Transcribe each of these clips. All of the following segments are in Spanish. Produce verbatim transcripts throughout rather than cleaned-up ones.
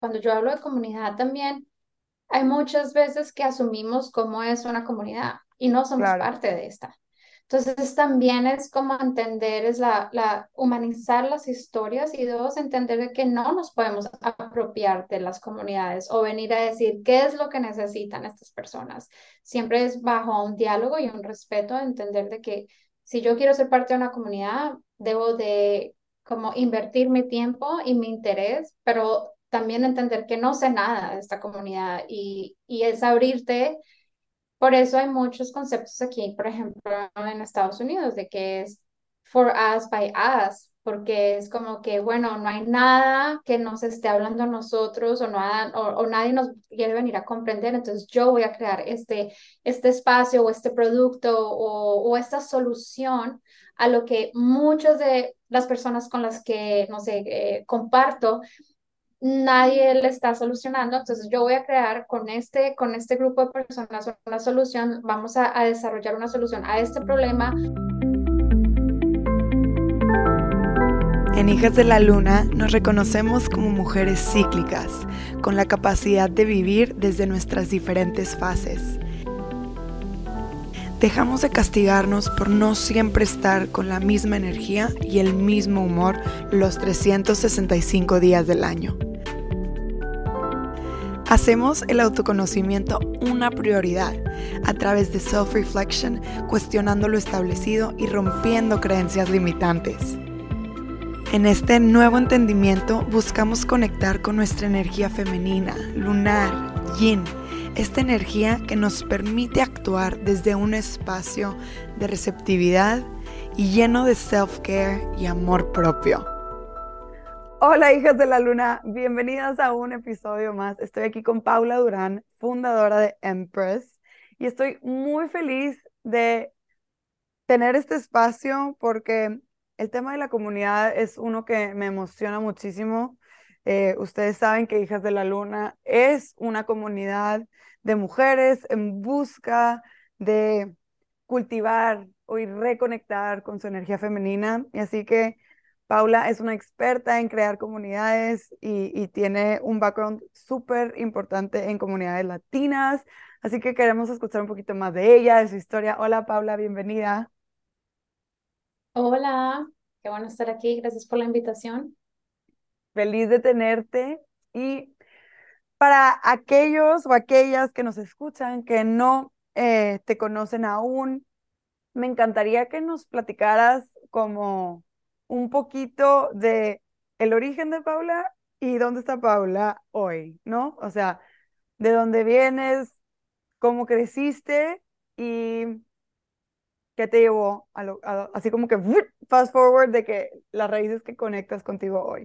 cuando yo hablo de comunidad también, hay muchas veces que asumimos cómo es una comunidad y no somos Claro, parte de esta. Entonces también es como entender, es la, la humanizar las historias y dos, entender de que no nos podemos apropiar de las comunidades o venir a decir qué es lo que necesitan estas personas. Siempre es bajo un diálogo y un respeto, entender de que si yo quiero ser parte de una comunidad, debo de como invertir mi tiempo y mi interés, pero también entender que no sé nada de esta comunidad y, y es abrirte. Por eso hay muchos conceptos aquí, por ejemplo, en Estados Unidos, de que es for us by us, porque es como que, bueno, no hay nada que nos esté hablando a nosotros o, nada, o, o nadie nos quiere venir a comprender, entonces yo voy a crear este, este espacio o este producto o, o esta solución a lo que muchas de las personas con las que, no sé, eh, comparto nadie le está solucionando, entonces yo voy a crear con este, con este grupo de personas una solución, vamos a, a desarrollar una solución a este problema. en Hijas de la Luna nos reconocemos como mujeres cíclicas, con la capacidad de vivir desde nuestras diferentes fases. Dejamos de castigarnos por no siempre estar con la misma energía y el mismo humor los trescientos sesenta y cinco días del año. Hacemos el autoconocimiento una prioridad a través de self-reflection, cuestionando lo establecido y rompiendo creencias limitantes. En este nuevo entendimiento buscamos conectar con nuestra energía femenina, lunar, yin, esta energía que nos permite actuar desde un espacio de receptividad y lleno de self-care y amor propio. Hola, hijas de la luna, bienvenidas a un episodio más. Estoy aquí con Paula Durán, fundadora de Empress, y estoy muy feliz de tener este espacio porque el tema de la comunidad es uno que me emociona muchísimo. Eh, ustedes saben que Hijas de la Luna es una comunidad de mujeres en busca de cultivar o y reconectar con su energía femenina. Y así que Paula es una experta en crear comunidades y, y tiene un background súper importante en comunidades latinas. Así que queremos escuchar un poquito más de ella, de su historia. Hola Paula, bienvenida. Hola, qué bueno estar aquí, gracias por la invitación. Feliz de tenerte. Y para aquellos o aquellas que nos escuchan que no eh, te conocen aún, me encantaría que nos platicaras como un poquito de el origen de Paula y dónde está Paula hoy, ¿no? O sea, de dónde vienes, cómo creciste y qué te llevó a lo, a- así como que fast forward de que las raíces que conectas contigo hoy.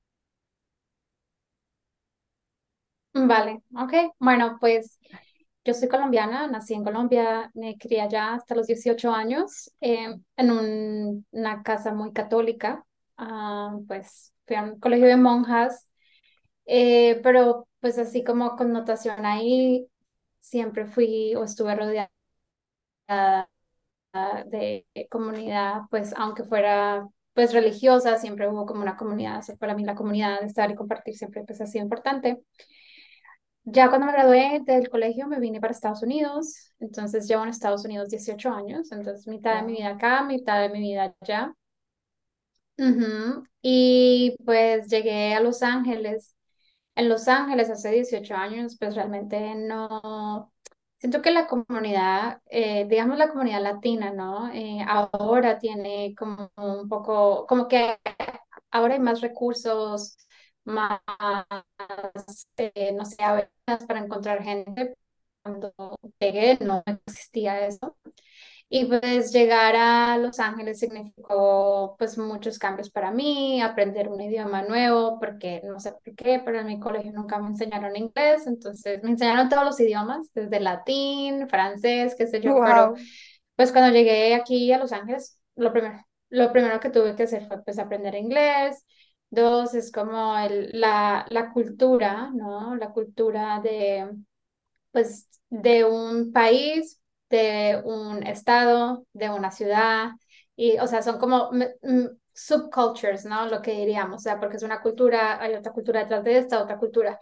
Vale, ok. Bueno, pues yo soy colombiana, nací en Colombia, me crié allá hasta los dieciocho años eh, en un- una casa muy católica. Ah, pues fui a un colegio de monjas. Eh, pero pues así como connotación ahí, siempre fui o estuve rodeada de comunidad, pues aunque fuera pues religiosa, siempre hubo como una comunidad. O sea, para mí la comunidad, estar y compartir siempre pues ha sido importante. Ya cuando me gradué del colegio me vine para Estados Unidos, entonces llevo en Estados Unidos dieciocho años, entonces mitad de mi Wow. vida acá, mitad de mi vida allá. Ujú. Y pues llegué a Los Ángeles. En Los Ángeles hace dieciocho años, pues realmente no, siento que la comunidad, eh, digamos la comunidad latina, ¿no? Eh, ahora tiene como un poco, como que ahora hay más recursos, más, eh, no sé, avenues para encontrar gente. Cuando llegué no existía eso. Y pues llegar a Los Ángeles significó pues muchos cambios para mí, aprender un idioma nuevo, porque no sé por qué, pero en mi colegio nunca me enseñaron inglés, entonces me enseñaron todos los idiomas, desde latín, francés, qué sé yo, pero Wow. pues cuando llegué aquí a Los Ángeles, lo primero, lo primero que tuve que hacer fue pues aprender inglés. Dos, es como el, la, la cultura, ¿no? La cultura de pues de un país, de un estado, de una ciudad, y o sea, son como, me- mm, subcultures, ¿no? Lo que diríamos, o sea, porque es una cultura, hay otra cultura detrás de esta, otra cultura.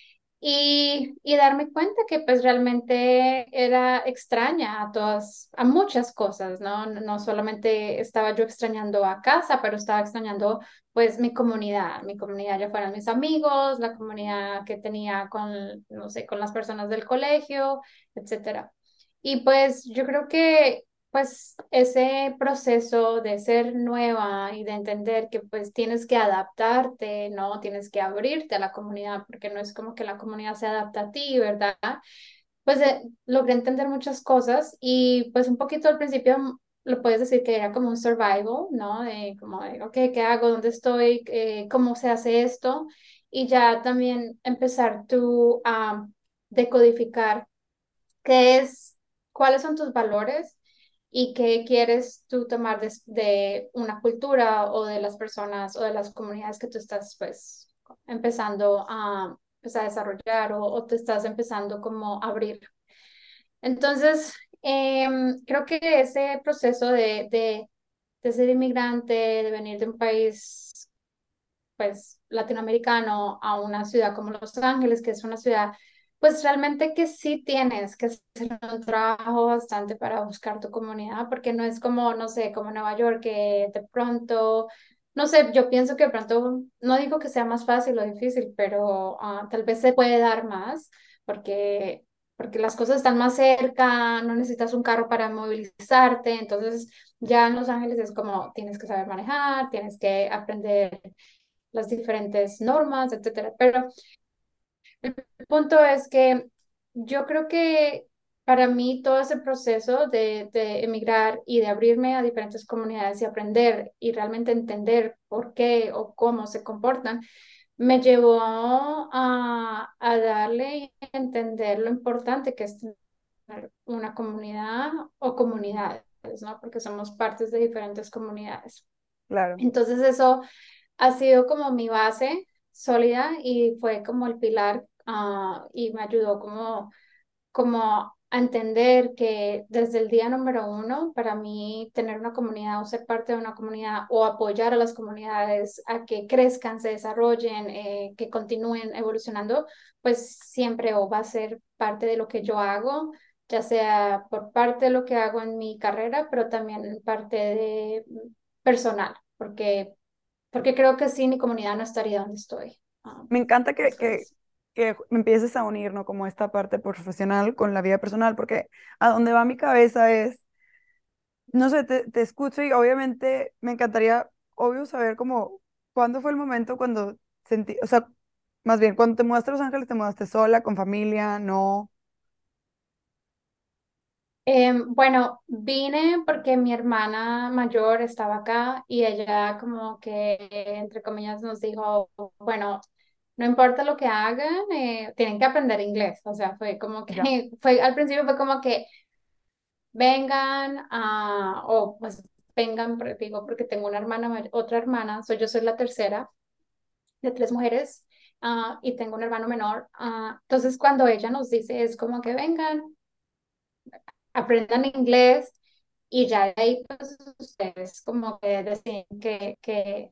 Y, y darme cuenta que pues realmente era extraña a todas, a muchas cosas, ¿no? No no solamente estaba yo extrañando a casa, pero estaba extrañando pues mi comunidad, mi comunidad ya fueran mis amigos, la comunidad que tenía con, no sé, con las personas del colegio, etcétera. Y pues yo creo que pues ese proceso de ser nueva y de entender que pues tienes que adaptarte, ¿no? Tienes que abrirte a la comunidad porque no es como que la comunidad se adapta a ti, ¿verdad? Pues eh, logré entender muchas cosas y pues un poquito al principio mm, lo puedes decir que era como un survival, ¿no? De como de, ok, ¿qué hago? ¿Dónde estoy? Eh, ¿cómo se hace esto? Y ya también empezar tú a decodificar qué es, cuáles son tus valores y qué quieres tú tomar de, de una cultura o de las personas o de las comunidades que tú estás pues empezando a, pues, a desarrollar o, o te estás empezando como a abrir. Entonces, em, creo que ese proceso de, de, de ser inmigrante, de venir de un país pues latinoamericano a una ciudad como Los Ángeles, que es una ciudad, pues realmente que sí tienes que hacer un trabajo bastante para buscar tu comunidad, porque no es como, no sé, como Nueva York, que de pronto, no sé, yo pienso que de pronto, no digo que sea más fácil o difícil, pero ah, tal vez se puede dar más, porque... porque las cosas están más cerca, no necesitas un carro para movilizarte, entonces ya en Los Ángeles es como tienes que saber manejar, tienes que aprender las diferentes normas, etcétera. Pero el punto es que yo creo que para mí todo ese proceso de, de emigrar y de abrirme a diferentes comunidades y aprender y realmente entender por qué o cómo se comportan, me llevó a, a darle y entender lo importante que es tener una comunidad o comunidades, ¿no? Porque somos partes de diferentes comunidades. Claro. Entonces eso ha sido como mi base sólida y fue como el pilar ah, y me ayudó como, como a entender que desde el día número uno, para mí tener una comunidad o ser parte de una comunidad o apoyar a las comunidades a que crezcan, se desarrollen, eh, que continúen evolucionando, pues siempre o va a ser parte de lo que yo hago, ya sea por parte de lo que hago en mi carrera, pero también parte de personal, porque porque creo que sin mi comunidad no estaría donde estoy. Ah, Me encanta que, eso que, es. que me empieces a unir, ¿no? Como esta parte profesional con la vida personal, porque a donde va mi cabeza es, no sé, te, te escucho y obviamente me encantaría, obvio, saber como, ¿cuándo fue el momento cuando sentí, o sea, más bien, cuando te mudaste a Los Ángeles, te mudaste sola, con familia, no? Em, bueno, vine porque mi hermana mayor estaba acá y ella como que, entre comillas, nos dijo, bueno, no importa lo que hagan, eh, tienen que aprender inglés. O sea, fue como que, Ya. fue, al principio fue como que vengan a, o pues vengan, pero digo, porque tengo una hermana, may- otra hermana, soy, yo soy la tercera de tres mujeres ah, y tengo un hermano menor. Ah, entonces, cuando ella nos dice, es como que vengan, aprendan inglés y ya de ahí, pues ustedes como que deciden que, que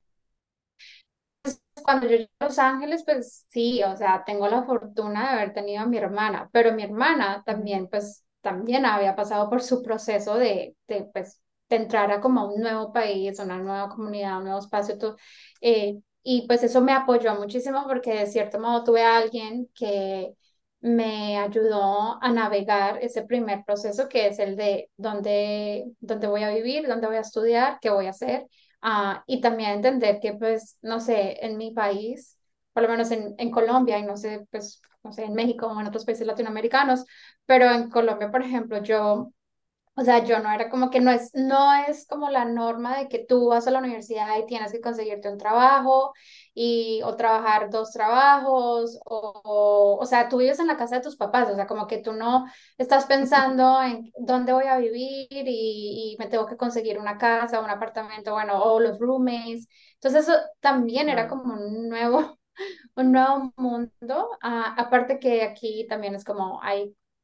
cuando yo llegué a Los Ángeles, pues sí, o sea, tengo la fortuna de haber tenido a mi hermana, pero mi hermana Ujú. también, pues, también había pasado por su proceso de, de pues, de entrar a como un nuevo país, una nueva comunidad, un nuevo espacio, todo, eh, y pues eso me apoyó muchísimo porque de cierto modo tuve a alguien que me ayudó a navegar ese primer proceso que es el de dónde, dónde voy a vivir, dónde voy a estudiar, qué voy a hacer. Ah, y también entender que, pues, no sé, en mi país, por lo menos en, en Colombia, y no sé, pues, no sé, en México o en otros países latinoamericanos, pero en Colombia, por ejemplo, yo o sea, yo no era como que no es, no es como la norma de que tú vas a la universidad y tienes que conseguirte un trabajo y o trabajar dos trabajos o, o, o sea, tú vives en la casa de tus papás, o sea, como que tú no estás pensando en dónde voy a vivir y, y me tengo que conseguir una casa, un apartamento, bueno, o los roommates. Entonces eso también era Claro. como un nuevo, un nuevo mundo. Ah, aparte que aquí también es como hay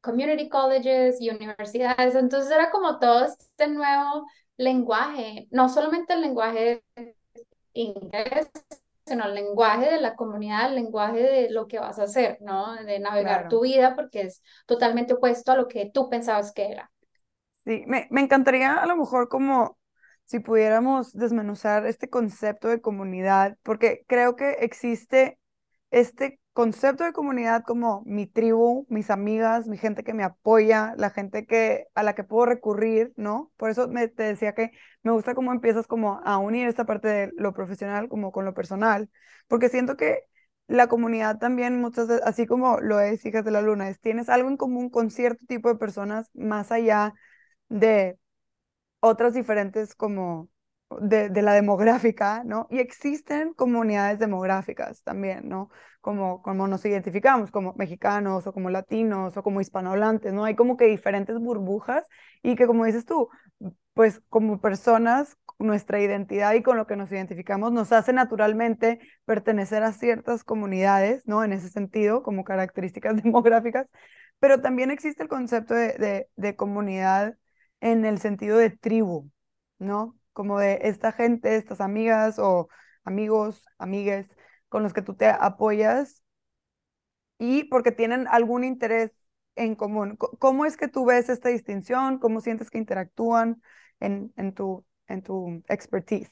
community colleges y universidades. Entonces era como todo este nuevo lenguaje, no solamente el lenguaje inglés, sino el lenguaje de la comunidad, el lenguaje de lo que vas a hacer, ¿no? De navegar Claro. tu vida, porque es totalmente opuesto a lo que tú pensabas que era. Sí, me, me encantaría a lo mejor como si pudiéramos desmenuzar este concepto de comunidad, porque creo que existe este concepto de comunidad como mi tribu, mis amigas, mi gente que me apoya, la gente que, a la que puedo recurrir, ¿no? Por eso me, te decía que me gusta cómo empiezas como a unir esta parte de lo profesional como con lo personal, porque siento que la comunidad también muchas veces, así como lo es Hijas de la Luna, es tienes algo en común con cierto tipo de personas más allá de otras diferentes como de, de la demográfica, ¿no? Y existen comunidades demográficas también, ¿no? Como, como nos identificamos, como mexicanos o como latinos o como hispanohablantes, ¿no? Hay como que diferentes burbujas y que como dices tú, pues como personas, nuestra identidad y con lo que nos identificamos nos hace naturalmente pertenecer a ciertas comunidades, ¿no? En ese sentido, como características demográficas, pero también existe el concepto de, de, de comunidad en el sentido de tribu, ¿no? Como de esta gente, estas amigas o amigos, amigues con los que tú te apoyas y porque tienen algún interés en común. Co- ¿Cómo es que tú ves esta distinción? ¿Cómo sientes que interactúan en, en tu, en tu expertise?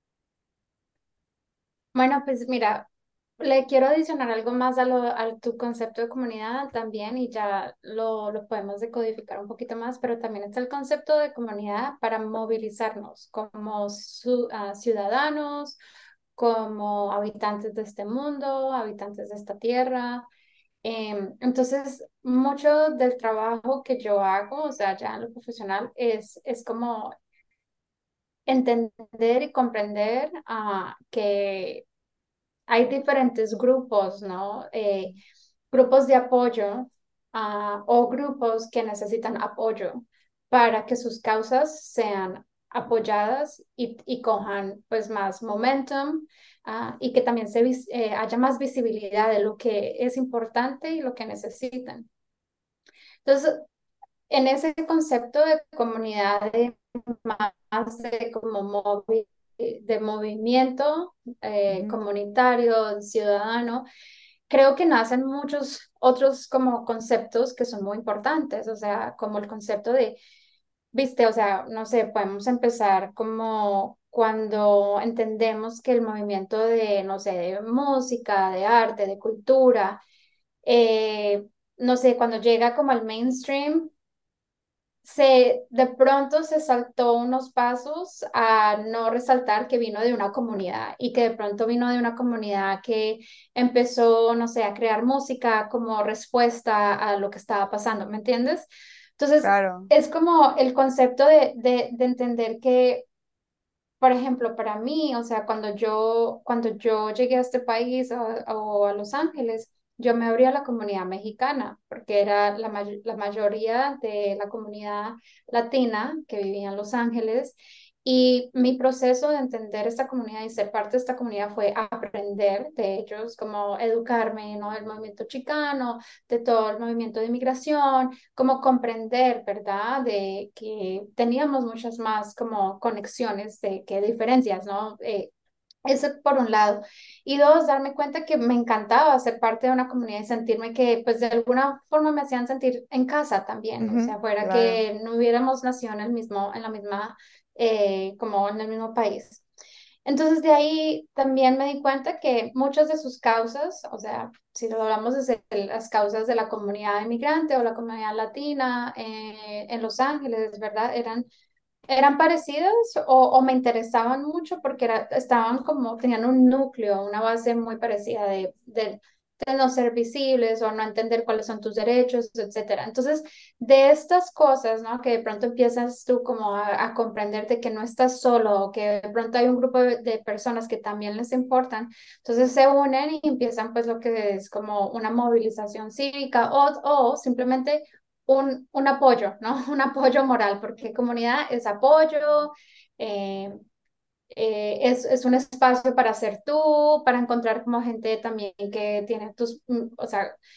Bueno, pues mira, le quiero adicionar algo más a, lo, a tu concepto de comunidad también y ya lo, lo podemos decodificar un poquito más, pero también está el concepto de comunidad para movilizarnos como su- ah, ciudadanos, como habitantes de este mundo, habitantes de esta tierra. Em, entonces, mucho del trabajo que yo hago, o sea, ya en lo profesional, es, es como entender y comprender ah, que hay diferentes grupos, ¿no? Eh, grupos de apoyo ah, o grupos que necesitan apoyo para que sus causas sean apoyadas y, y cojan pues más momentum ah, y que también se, vis- eh, haya más visibilidad de lo que es importante y lo que necesitan. Entonces, en ese concepto de comunidad, de más de como movi- de movimiento eh, Ujú. comunitario, ciudadano, creo que nacen muchos otros como conceptos que son muy importantes, o sea, como el concepto de, viste, o sea, no sé, podemos empezar como cuando entendemos que el movimiento de, no sé, de música, de arte, de cultura, eh, no sé, cuando llega como al mainstream, se de pronto se saltó unos pasos a no resaltar que vino de una comunidad y que de pronto vino de una comunidad que empezó, no sé, a crear música como respuesta a lo que estaba pasando, ¿me entiendes? Entonces, Claro. es como el concepto de, de, de entender que, por ejemplo, para mí, o sea, cuando yo, cuando yo llegué a este país o, o a Los Ángeles, yo me abrí a la comunidad mexicana, porque era la, may- la mayoría de la comunidad latina que vivía en Los Ángeles. Y mi proceso de entender esta comunidad y ser parte de esta comunidad fue aprender de ellos, como educarme, ¿no? Del movimiento chicano, de todo el movimiento de inmigración, como comprender, ¿verdad? De que teníamos muchas más como conexiones de que diferencias, ¿no? Eh, eso por un lado. Y dos, darme cuenta que me encantaba ser parte de una comunidad y sentirme que pues de alguna forma me hacían sentir en casa también, o Ujú. sea, fuera Claro. que no hubiéramos nacido en el mismo, en la misma, eh, como en el mismo país. Entonces de ahí también me di cuenta que muchas de sus causas, o sea, si lo hablamos desde las causas de la comunidad inmigrante o la comunidad latina eh, en Los Ángeles, ¿verdad? Eran eran parecidas o, o me interesaban mucho porque era- estaban como, tenían un núcleo, una base muy parecida de, de, de no ser visibles o no entender cuáles son tus derechos, etcétera. Entonces, de estas cosas, ¿no? Que de pronto empiezas tú como a, a comprender de que no estás solo o que de pronto hay un grupo de, de personas que también les importan, entonces se unen y empiezan pues lo que es como una movilización cívica o, o simplemente un, un apoyo, ¿no? Un apoyo moral, porque comunidad es apoyo, eh, eh, es, es un espacio para ser tú, para encontrar como gente también que tiene tus, mm, o sea,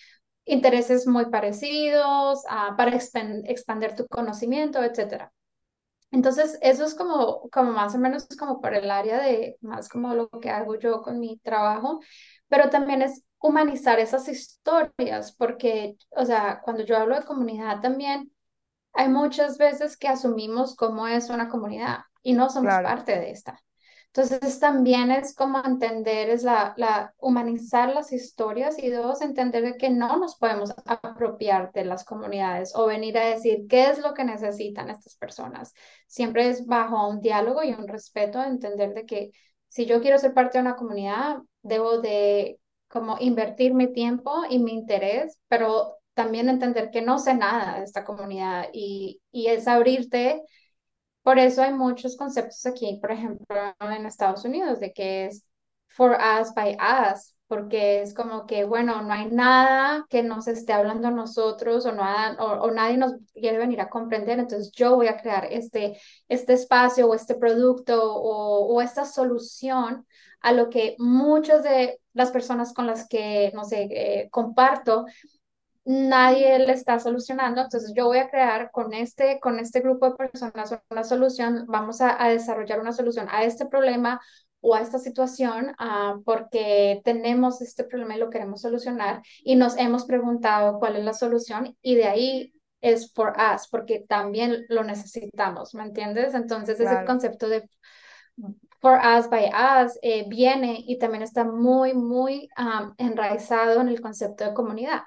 intereses muy parecidos, ah, para expan- expandir tu conocimiento, etcétera. Entonces, eso es como, como más o menos como por el área de, más como lo que hago yo con mi trabajo, pero también es humanizar esas historias, porque, o sea, cuando yo hablo de comunidad también, hay muchas veces que asumimos cómo es una comunidad y no somos Claro, parte de esta. Entonces también es como entender, es la, la humanizar las historias y dos, entender de que no nos podemos apropiar de las comunidades o venir a decir qué es lo que necesitan estas personas. Siempre es bajo un diálogo y un respeto, entender de que si yo quiero ser parte de una comunidad, debo de como invertir mi tiempo y mi interés, pero también entender que no sé nada de esta comunidad y, y es abrirte. Por eso hay muchos conceptos aquí, por ejemplo, en Estados Unidos, de que es for us by us, porque es como que, bueno, no hay nada que nos esté hablando a nosotros o, nada, o, o nadie nos quiere venir a comprender, entonces yo voy a crear este, este espacio o este producto o, o esta solución a lo que muchas de las personas con las que, no sé, eh, comparto nadie le está solucionando, entonces yo voy a crear con este, con este grupo de personas una solución, vamos a, a desarrollar una solución a este problema o a esta situación, ah, porque tenemos este problema y lo queremos solucionar y nos hemos preguntado cuál es la solución y de ahí es for us, porque también lo necesitamos, ¿me entiendes? Entonces ese claro. concepto de for us by us eh, viene y también está muy, muy ah, enraizado en el concepto de comunidad.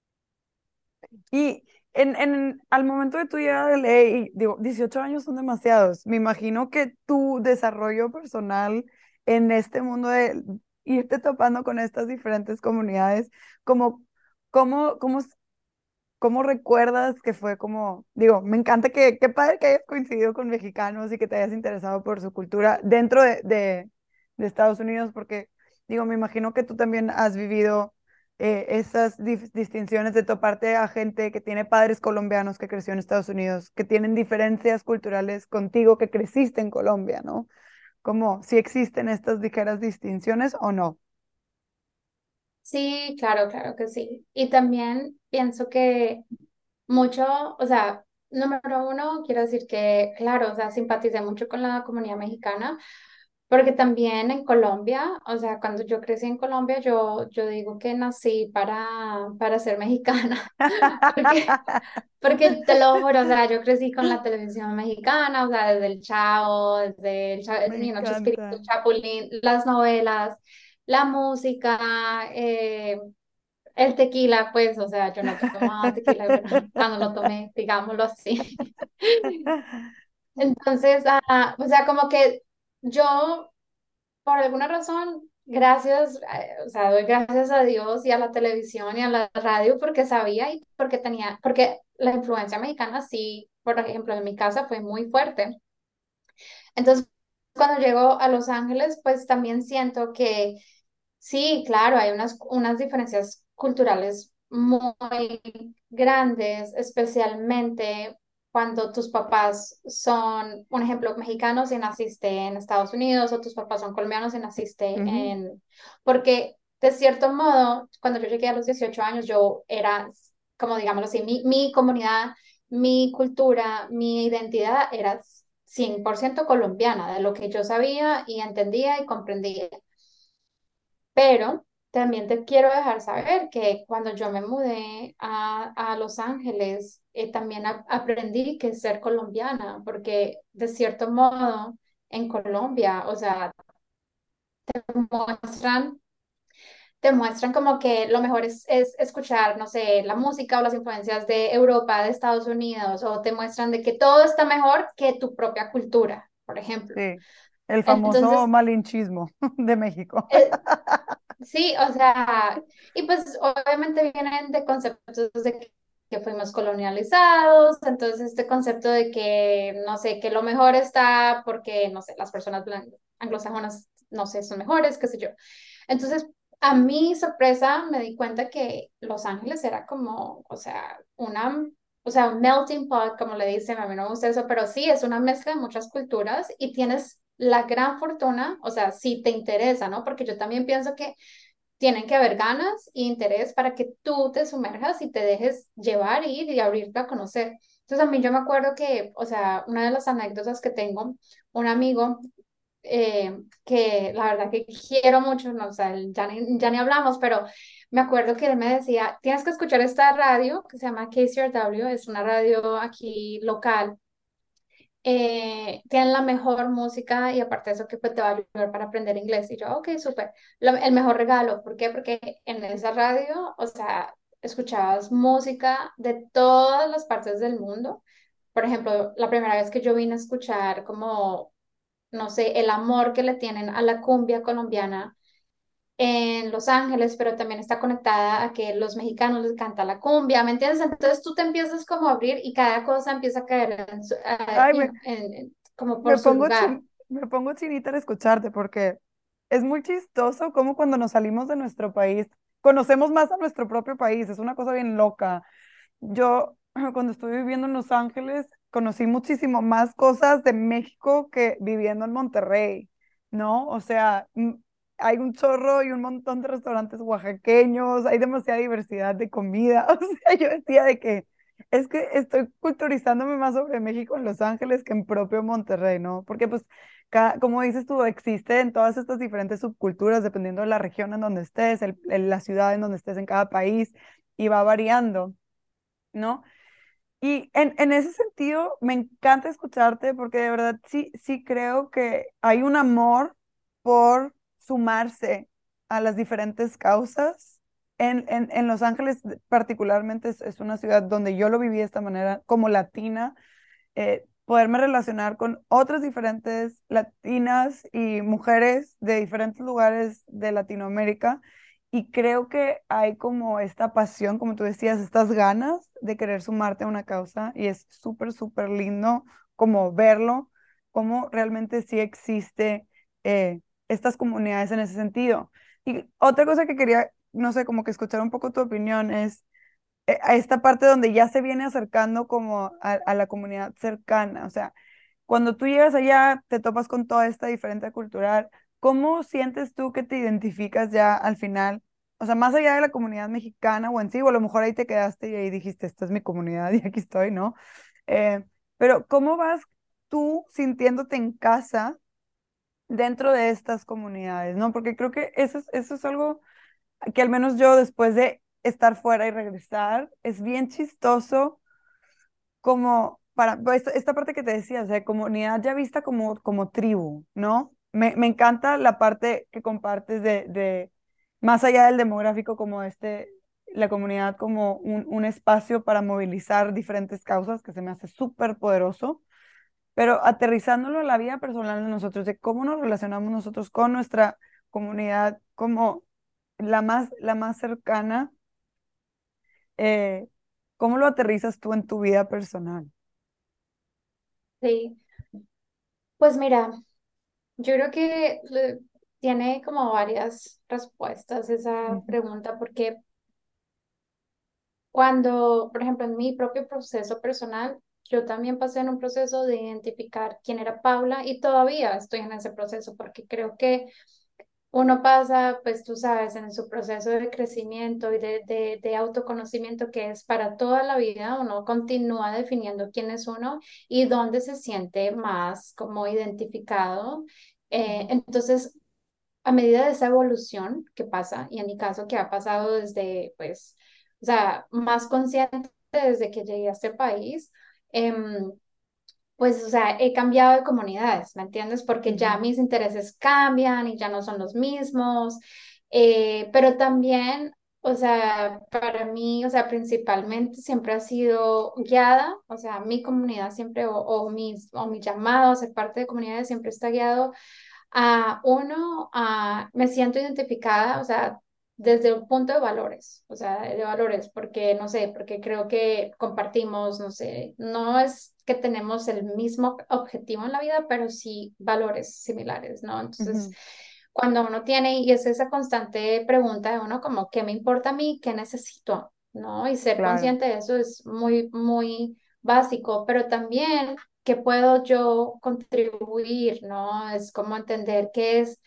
Y en, en, al momento de tu llegada de ley, digo, dieciocho años son demasiados. Me imagino que tu desarrollo personal en este mundo de irte topando con estas diferentes comunidades, como, ¿cómo, cómo, cómo recuerdas que fue como, digo, me encanta que, qué padre que hayas coincidido con mexicanos y que te hayas interesado por su cultura dentro de, de, de Estados Unidos, porque, digo, me imagino que tú también has vivido eh, esas dif- distinciones de toparte a gente que tiene padres colombianos que creció en Estados Unidos, que tienen diferencias culturales contigo que creciste en Colombia, ¿no? Como si existen estas ligeras distinciones o no. Sí, claro, claro que sí. Y también pienso que mucho, o sea, número uno, quiero decir que, claro, o sea, simpaticé mucho con la comunidad mexicana, porque también en Colombia, o sea, cuando yo crecí en Colombia, yo, yo digo que nací para, para ser mexicana, porque, porque te lo juro, o sea, yo crecí con la televisión mexicana, o sea, desde el Chavo, desde el Cha- Me you know, Chespirito, encanta. Chapulín, las novelas, la música, eh, el tequila, pues, o sea, yo no tomaba tequila, pero cuando lo tomé, digámoslo así. Entonces, ah, o sea, como que yo, por alguna razón, gracias, eh, o sea, doy gracias a Dios y a la televisión y a la radio porque sabía y porque tenía, porque la influencia mexicana sí, por ejemplo, en mi casa fue muy fuerte. Entonces, cuando llego a Los Ángeles, pues también siento que sí, claro, hay unas, unas diferencias culturales muy grandes, especialmente cuando tus papás son, un ejemplo, mexicanos y naciste en Estados Unidos o tus papás son colombianos y naciste Ujú, en... Porque de cierto modo, cuando yo llegué a los dieciocho años, yo era, como digámoslo así, mi, mi comunidad, mi cultura, mi identidad era cien por ciento colombiana, de lo que yo sabía y entendía y comprendía. Pero también te quiero dejar saber que cuando yo me mudé a, a Los Ángeles, eh, también a- aprendí que es ser colombiana, porque de cierto modo en Colombia, o sea, muestran, te muestran como que lo mejor es, es escuchar, no sé, la música o las influencias de Europa, de Estados Unidos, o te muestran de que todo está mejor que tu propia cultura, por ejemplo. sí, el famoso Entonces, malinchismo de México. eh, sí, o sea, y pues obviamente vienen de conceptos de que, que fuimos colonializados, entonces este concepto de que, no sé, que lo mejor está porque, no sé, las personas blan- anglosajonas, no sé, son mejores, qué sé yo. Entonces, a mi sorpresa me di cuenta que Los Ángeles era como, o sea, una, o sea, un melting pot, como le dicen, a mí no me gusta eso, pero sí, es una mezcla de muchas culturas y tienes la gran fortuna, o sea, si te interesa, ¿no? Porque yo también pienso que tienen que haber ganas e interés para que tú te sumerjas y te dejes llevar, ir y abrirte a conocer. Entonces a mí yo me acuerdo que, o sea, una de las anécdotas que tengo, un amigo eh, que la verdad que quiero mucho, no, o sea, ya ni, ya ni hablamos, pero me acuerdo que él me decía, tienes que escuchar esta radio que se llama K C R W, es una radio aquí local. Eh, tienen la mejor música y aparte de eso que pues, te va a ayudar para aprender inglés. Y yo, ok, súper. Lo- El mejor regalo, ¿por qué? Porque en esa radio, o sea, escuchabas música de todas las partes del mundo. Por ejemplo, la primera vez que yo vine a escuchar como, no sé, el amor que le tienen a la cumbia colombiana en Los Ángeles, pero también está conectada a que los mexicanos les canta la cumbia, ¿me entiendes? Entonces tú te empiezas como a abrir y cada cosa empieza a caer en su- a- Ay, me, in- en- en- como me por su pongo lugar. chin- me pongo chinita al escucharte porque es muy chistoso como cuando nos salimos de nuestro país, conocemos más a nuestro propio país, es una cosa bien loca. Yo, cuando estuve viviendo en Los Ángeles, conocí muchísimo más cosas de México que viviendo en Monterrey, ¿no? O sea, mm, hay un chorro y un montón de restaurantes oaxaqueños, hay demasiada diversidad de comida. O sea, yo decía de que es que estoy culturizándome más sobre México en Los Ángeles que en propio Monterrey, ¿no? Porque pues, cada, como dices tú, existen todas estas diferentes subculturas dependiendo de la región en donde estés, el, el- la ciudad en donde estés en cada país y va variando. ¿No? Y en, en ese sentido, me encanta escucharte porque de verdad sí, sí creo que hay un amor por sumarse a las diferentes causas. En, en, en Los Ángeles particularmente es, es una ciudad donde yo lo viví de esta manera como latina, eh, poderme relacionar con otras diferentes latinas y mujeres de diferentes lugares de Latinoamérica. Y creo que hay como esta pasión, como tú decías, estas ganas de querer sumarte a una causa y es súper, súper lindo como verlo, como realmente sí existe eh, estas comunidades en ese sentido. Y otra cosa que quería, no sé, como que escuchar un poco tu opinión es eh, a esta parte donde ya se viene acercando como a, a la comunidad cercana. O sea, cuando tú llegas allá, te topas con toda esta diferencia cultural. ¿Cómo sientes tú que te identificas ya al final? O sea, más allá de la comunidad mexicana o en sí, o a lo mejor ahí te quedaste y ahí dijiste, esta es mi comunidad y aquí estoy, ¿no? Eh, pero ¿cómo vas tú sintiéndote en casa dentro de estas comunidades, ¿no? Porque creo que eso es, eso es algo que al menos yo después de estar fuera y regresar, es bien chistoso como para pues, esta, esta parte que te decía, o sea, comunidad ya vista como, como tribu, ¿no? Me, me encanta la parte que compartes de, de, más allá del demográfico, como este, la comunidad como un, un espacio para movilizar diferentes causas, que se me hace súper poderoso, pero aterrizándolo a la vida personal de nosotros, de cómo nos relacionamos nosotros con nuestra comunidad como la más, la más cercana, eh, ¿cómo lo aterrizas tú en tu vida personal? Sí, pues mira, yo creo que le- tiene como varias respuestas esa Ujú, pregunta, porque cuando, por ejemplo, en mi propio proceso personal, yo también pasé en un proceso de identificar quién era Paula y todavía estoy en ese proceso porque creo que uno pasa, pues tú sabes, en su proceso de crecimiento y de, de, de autoconocimiento que es para toda la vida, uno continúa definiendo quién es uno y dónde se siente más como identificado. Eh, ujú, entonces, a medida de esa evolución que pasa, y en mi caso que ha pasado desde, pues, o sea, más consciente desde que llegué a este país, em, pues, o sea, he cambiado de comunidades, ¿me entiendes? Porque ya ujú, mis intereses cambian y ya no son los mismos, eh, pero también, o sea, para mí, o sea, principalmente siempre ha sido guiada, o sea, mi comunidad siempre, o, o, mis, o mi llamado a ser parte de comunidades siempre está guiado a uno, a, me siento identificada, o sea, desde un punto de valores, o sea, de valores, porque no sé, porque creo que compartimos, no sé, no es que tenemos el mismo objetivo en la vida, pero sí valores similares, ¿no? Entonces, ujú. cuando uno tiene, y es esa constante pregunta de uno como, ¿qué me importa a mí? ¿Qué necesito? ¿No? Y ser Claro. consciente de eso es muy, muy básico, pero también qué puedo yo contribuir, ¿no? Es como entender qué es.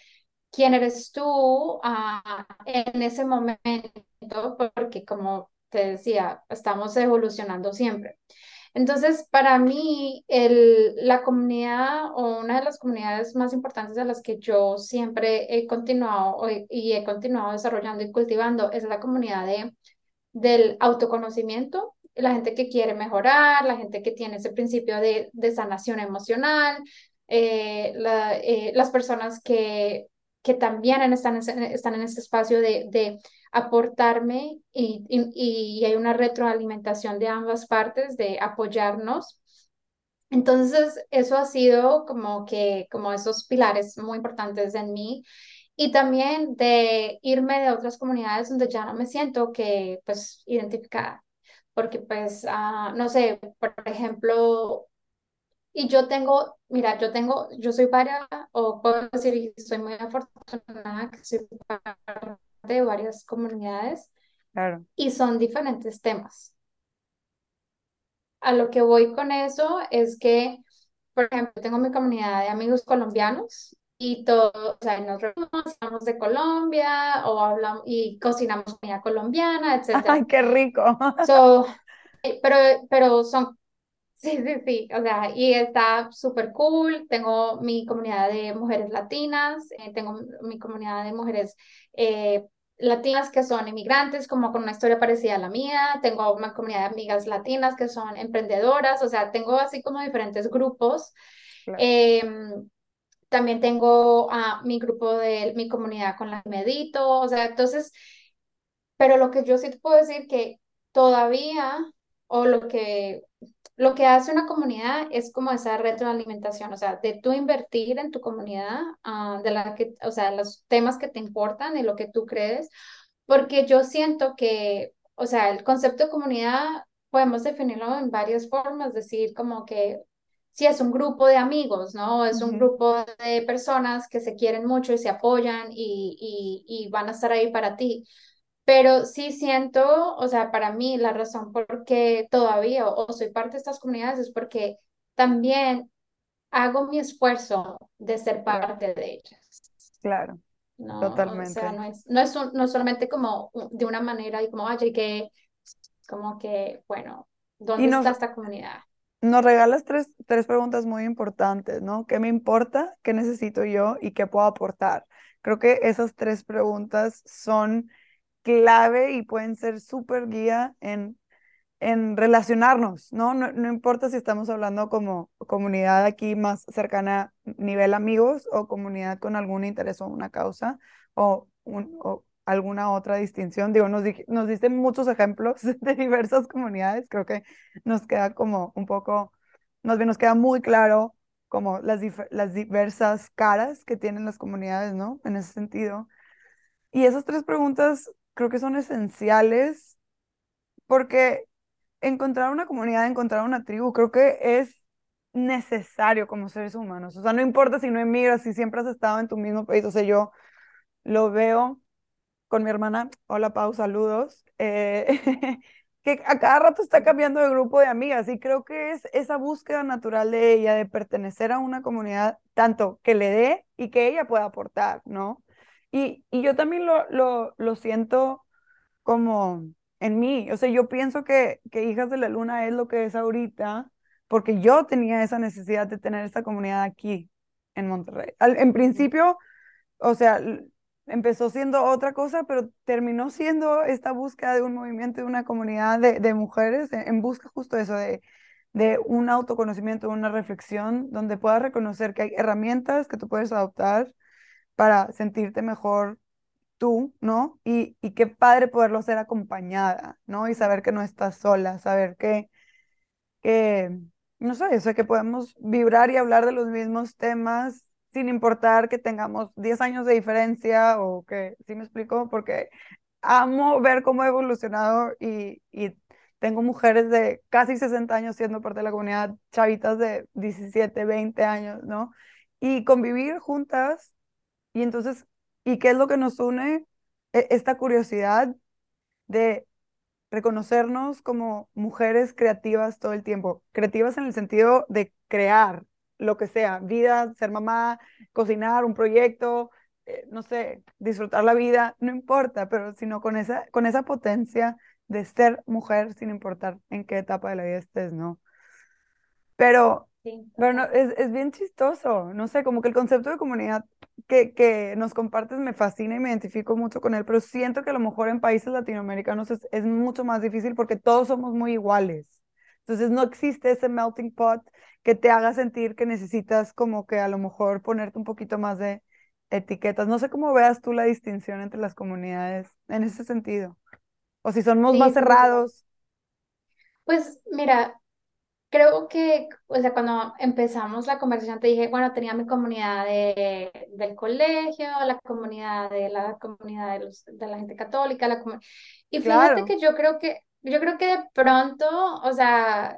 quién eres tú ah, en ese momento, porque como te decía, estamos evolucionando siempre. Entonces, para mí, el, la comunidad o una de las comunidades más importantes de las que yo siempre he continuado o he- y he continuado desarrollando y cultivando es la comunidad de, del autoconocimiento, la gente que quiere mejorar, la gente que tiene ese principio de, de sanación emocional, eh, la- eh, las personas que, que también están, en- están en ese espacio de, de aportarme y, y, y hay una retroalimentación de ambas partes, de apoyarnos. Entonces, eso ha sido como que, como esos pilares muy importantes en mí y también de irme de otras comunidades donde ya no me siento que, pues, identificada. Porque, pues, ah, no sé, por ejemplo, y yo tengo, mira, yo tengo, yo soy para, o puedo decir, y soy muy afortunada que soy parte de varias comunidades Claro. y son diferentes temas. A lo que voy con eso es que, por ejemplo, tengo mi comunidad de amigos colombianos y todo, o sea, nos reunimos, hablamos de Colombia o hablamos y cocinamos comida colombiana, Ay, etcétera. qué rico. So, eh, pero, pero son, sí, sí, sí, o sea, y está súper cool. Tengo mi comunidad de mujeres latinas, eh, tengo mi comunidad de mujeres eh, latinas que son inmigrantes, como con una historia parecida a la mía. Tengo una comunidad de amigas latinas que son emprendedoras, o sea, tengo así como diferentes grupos. Claro. Em, También tengo a mi grupo de mi comunidad con la que medito, o sea, entonces, pero lo que yo sí te puedo decir que todavía, o lo que, lo que hace una comunidad es como esa retroalimentación, o sea, de tú invertir en tu comunidad, ah, de la que, o sea, los temas que te importan y lo que tú crees, porque yo siento que, o sea, el concepto de comunidad podemos definirlo en varias formas, decir como que si es un grupo de amigos, ¿no? Es un Ujú. grupo de personas que se quieren mucho y se apoyan y, y, y van a estar ahí para ti. Pero sí siento, o sea, para mí la razón por qué todavía o, o soy parte de estas comunidades es porque también hago mi esfuerzo de ser Claro, parte de ellas. claro, No, o sea, totalmente. no es, no es, un- no es solamente como de una manera y como, oye, que como que, bueno, Y ¿dónde está nos, esta comunidad? nos regalas tres, tres preguntas muy importantes, ¿no? ¿Qué me importa? ¿Qué necesito yo? ¿Y qué puedo aportar? Creo que esas tres preguntas son clave y pueden ser súper guía en en relacionarnos, ¿no? ¿no? No importa si estamos hablando como comunidad aquí más cercana, nivel amigos, o comunidad con algún interés o una causa, o, un- o alguna otra distinción. Digo, nos, dij- nos diste muchos ejemplos de diversas comunidades, creo que nos queda como un poco, más bien nos queda muy claro como las, dif- las diversas caras que tienen las comunidades, ¿no? En ese sentido. Y esas tres preguntas creo que son esenciales porque encontrar una comunidad, encontrar una tribu, creo que es necesario como seres humanos. O sea, no importa si no emigras, si siempre has estado en tu mismo país. O sea, yo lo veo con mi hermana, hola Pau, saludos, eh, que a cada rato está cambiando de grupo de amigas y creo que es esa búsqueda natural de ella de pertenecer a una comunidad, tanto que le dé y que ella pueda aportar, ¿no? Y, y yo también lo, lo, lo siento como en mí. O sea, yo pienso que, que Hijas de la Luna es lo que es ahorita, porque yo tenía esa necesidad de tener esta comunidad aquí en Monterrey. Al- en Ujú. principio, o sea, l- empezó siendo otra cosa, pero terminó siendo esta búsqueda de un movimiento, de una comunidad de, de mujeres en, en busca justo de eso, de, de un autoconocimiento, una reflexión, donde puedas reconocer que hay herramientas que tú puedes adoptar para sentirte mejor tú, ¿no? Y, y qué padre poderlo hacer acompañada, ¿no? Y saber que no estás sola, saber que, que, no sé, o sea, que podemos vibrar y hablar de los mismos temas sin importar que tengamos diez años de diferencia o que, ¿sí me explico? Porque amo ver cómo he evolucionado y, y tengo mujeres de casi sesenta años siendo parte de la comunidad, chavitas de diecisiete veinte años, ¿no? Y convivir juntas y entonces, ¿y qué es lo que nos une? E- Esta curiosidad de reconocernos como mujeres creativas todo el tiempo. Creativas en el sentido de crear lo que sea, vida, ser mamá, cocinar, un proyecto, eh, no sé, disfrutar la vida, no importa, pero sino con esa, con esa potencia de ser mujer sin importar en qué etapa de la vida estés, ¿no? Pero, Sí, pero no, total. es, es bien chistoso, no sé, como que el concepto de comunidad que, que nos compartes me fascina y me identifico mucho con él, pero siento que a lo mejor en países latinoamericanos es, es mucho más difícil porque todos somos muy iguales. Entonces no existe ese melting pot que te haga sentir que necesitas como que a lo mejor ponerte un poquito más de etiquetas. No sé cómo veas tú la distinción entre las comunidades en ese sentido. O si somos más Sí, sí, sí. cerrados. Pues mira, creo que, o sea, cuando empezamos la conversación te dije, bueno, tenía mi comunidad de, del colegio, la comunidad de la comunidad de, los, de la gente católica, la comu- y fíjate Claro. que yo creo que, yo creo que de pronto, o sea,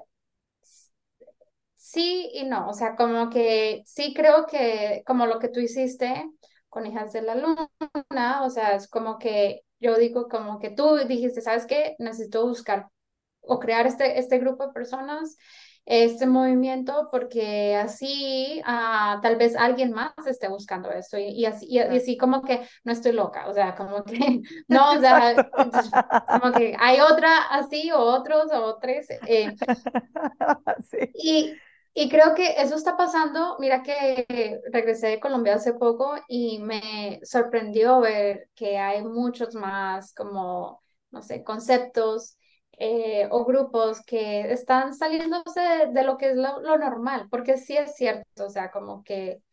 sí y no, o sea, como que sí creo que, como lo que tú hiciste con Hijas de la Luna, o sea, es como que yo digo como que tú dijiste, ¿sabes qué? Necesito buscar o crear este, este grupo de personas, este movimiento, porque así ah, tal vez alguien más esté buscando esto y, y así, y, y Claro. así como que no estoy loca, o sea, como que no, o sea, Exacto. como que hay otra así o otros o tres. Eh, Sí. y, y creo que eso está pasando. Mira que regresé de Colombia hace poco y me sorprendió ver que hay muchos más como, no sé, conceptos eh, o grupos que están saliéndose de, de lo que es lo, lo normal, porque sí es cierto, o sea, como que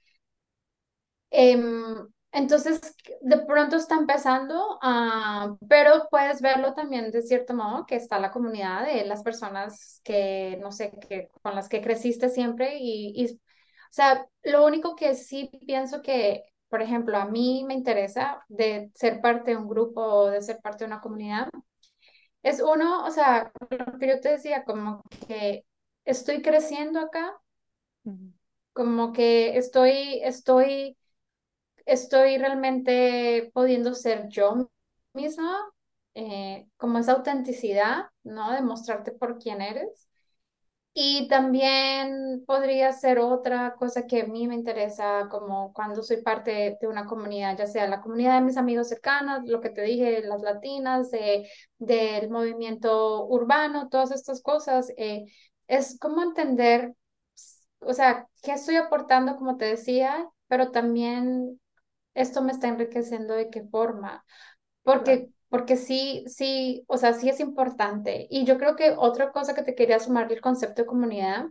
Em, entonces, de pronto está empezando, ah, pero puedes verlo también de cierto modo, que está la comunidad de las personas que, no sé, que, con las que creciste siempre y, y, o sea, lo único que sí pienso que, por ejemplo, a mí me interesa de ser parte de un grupo o de ser parte de una comunidad, es uno, o sea, lo que yo te decía, como que estoy creciendo acá, Ujú. como que estoy, estoy estoy realmente pudiendo ser yo misma, eh, como esa autenticidad, ¿no? De mostrarte por quién eres. Y también podría ser otra cosa que a mí me interesa, como cuando soy parte de una comunidad, ya sea la comunidad de mis amigos cercanos, lo que te dije, las latinas, de, del movimiento urbano, todas estas cosas, eh, es como entender, o sea, qué estoy aportando, como te decía, pero también esto me está enriqueciendo de qué forma, Claro. porque, porque sí, sí, o sea, sí es importante. Y yo creo que otra cosa que te quería sumar el concepto de comunidad,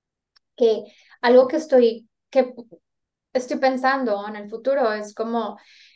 que algo que estoy, que estoy pensando en el futuro es como,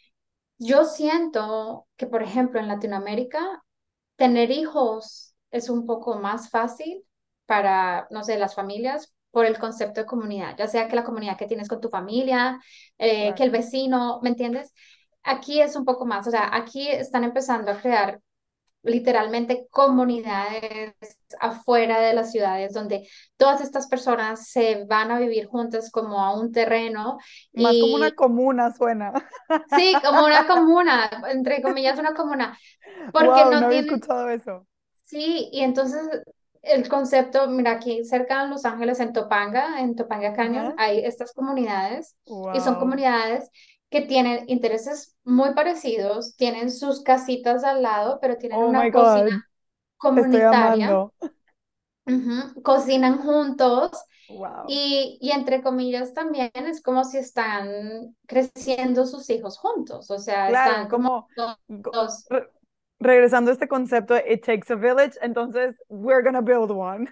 yo siento que, por ejemplo, en Latinoamérica, tener hijos es un poco más fácil para, no sé, las familias por el concepto de comunidad, ya sea que la comunidad que tienes con tu familia, eh, que Claro. el vecino, ¿me entiendes? Aquí es un poco más, o sea, aquí están empezando a crear literalmente comunidades afuera de las ciudades donde todas estas personas se van a vivir juntas como a un terreno Más como una y comuna suena. sí, como una comuna, entre comillas una comuna, porque Wow, no no había tienen. escuchado eso. Sí, y entonces el concepto, mira, aquí cerca de Los Ángeles, en Topanga, en Topanga Canyon, Ajá. hay estas comunidades y son Wow. comunidades que tienen intereses muy parecidos, tienen sus casitas al lado, pero tienen Oh my una cocina God. Estoy comunitaria, amando. ujú, cocinan juntos Wow. y, y entre comillas también es como si están creciendo sus hijos juntos, o sea, Claro, están como como go- dos. re- regresando a este concepto de It takes a village, entonces we're gonna build one.